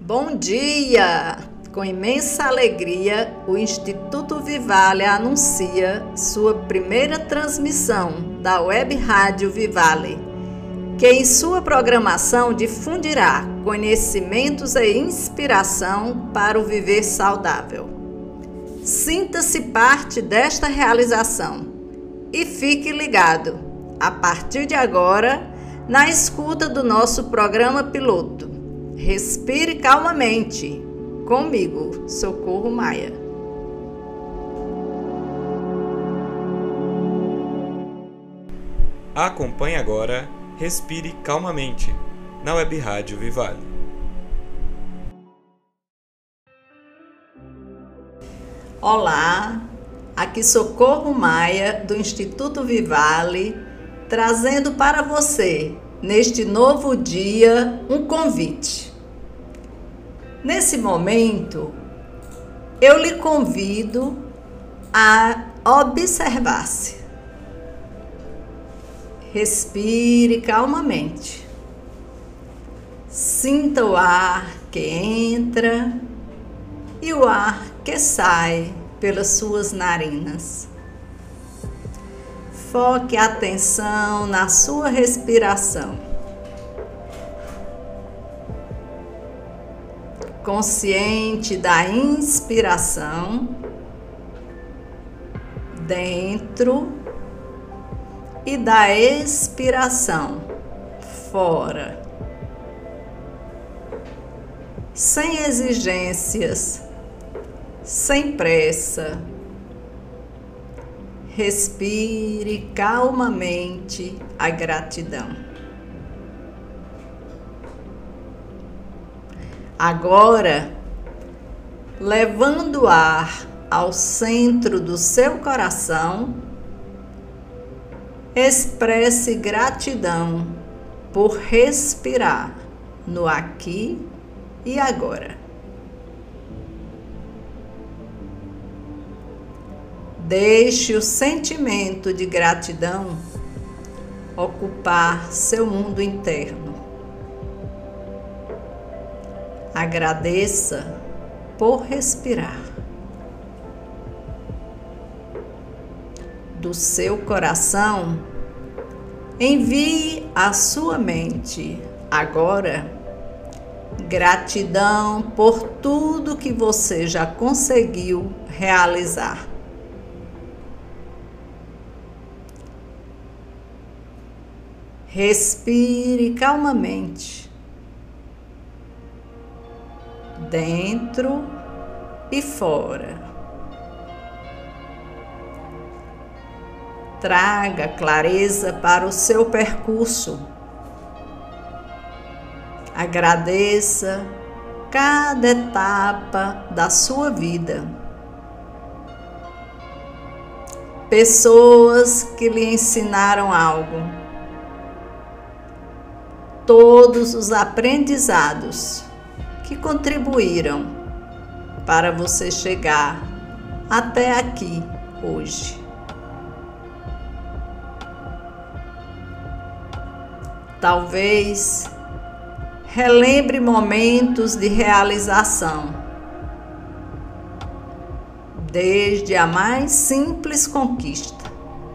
Bom dia! Com imensa alegria, o Instituto Vivale anuncia sua primeira transmissão da Web Rádio Vivale, que em sua programação difundirá conhecimentos e inspiração para o viver saudável. Sinta-se parte desta realização e fique ligado, a partir de agora, na escuta do nosso programa piloto. Respire calmamente. Comigo, Socorro Maia. Acompanhe agora Respire Calmamente, na Web Rádio Vivale. Olá, aqui Socorro Maia, do Instituto Vivale, trazendo para você, neste novo dia, um convite. Nesse momento, eu lhe convido a observar-se. Respire calmamente. Sinta o ar que entra e o ar que sai pelas suas narinas. Foque a atenção na sua respiração. Consciente da inspiração, dentro, e da expiração, fora. Sem exigências, sem pressa. Respire calmamente a gratidão. Agora, levando o ar ao centro do seu coração, expresse gratidão por respirar no aqui e agora. Deixe o sentimento de gratidão ocupar seu mundo interno. Agradeça por respirar. Do seu coração, envie à sua mente agora gratidão por tudo que você já conseguiu realizar. Respire calmamente. Dentro e fora. Traga clareza para o seu percurso. Agradeça cada etapa da sua vida. Pessoas que lhe ensinaram algo. Todos os aprendizados que contribuíram para você chegar até aqui hoje. Talvez relembre momentos de realização, desde a mais simples conquista.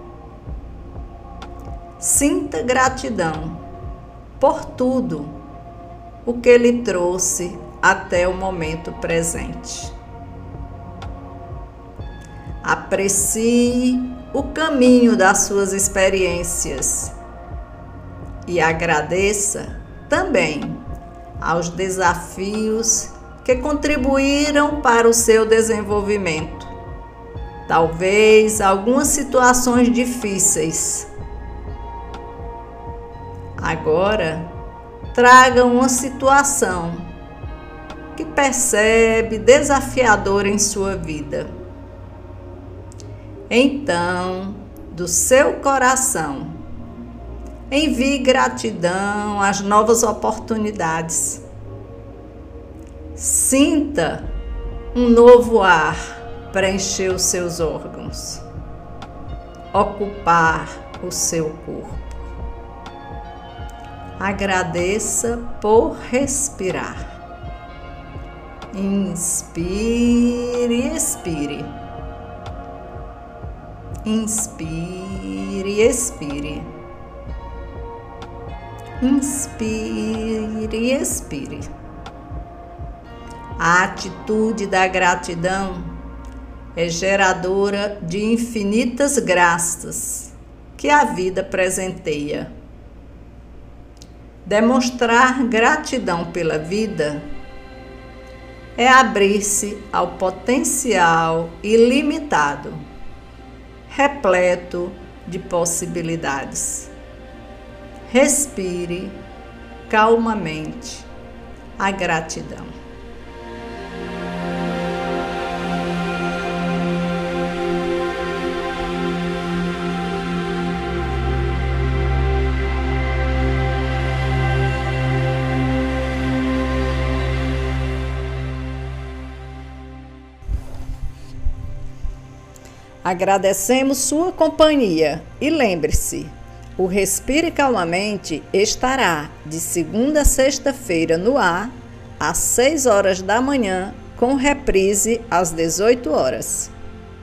Sinta gratidão por tudo o que lhe trouxe até o momento presente. Aprecie o caminho das suas experiências e agradeça também aos desafios que contribuíram para o seu desenvolvimento. Talvez algumas situações difíceis. Agora, traga uma situação que percebe desafiadora em sua vida. Então, do seu coração, envie gratidão às novas oportunidades. Sinta um novo ar preencher os seus órgãos, ocupar o seu corpo. Agradeça por respirar. Inspire, expire. Inspire, expire. Inspire, expire. A atitude da gratidão é geradora de infinitas graças que a vida presenteia. Demonstrar gratidão pela vida é abrir-se ao potencial ilimitado, repleto de possibilidades. Respire calmamente a gratidão. Agradecemos sua companhia e lembre-se, o Respire Calmamente estará de segunda a sexta-feira no ar, às 6 horas da manhã, com reprise às 18 horas.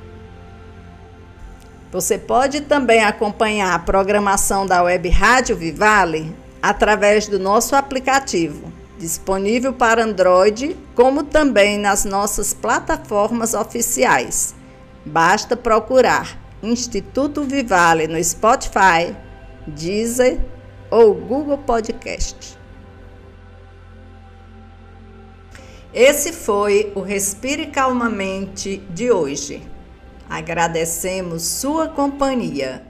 Você pode também acompanhar a programação da Web Rádio Vivale através do nosso aplicativo, disponível para Android, como também nas nossas plataformas oficiais. Basta procurar Instituto Vivale no Spotify, Deezer ou Google Podcast. Esse foi o Respire Calmamente de hoje. Agradecemos sua companhia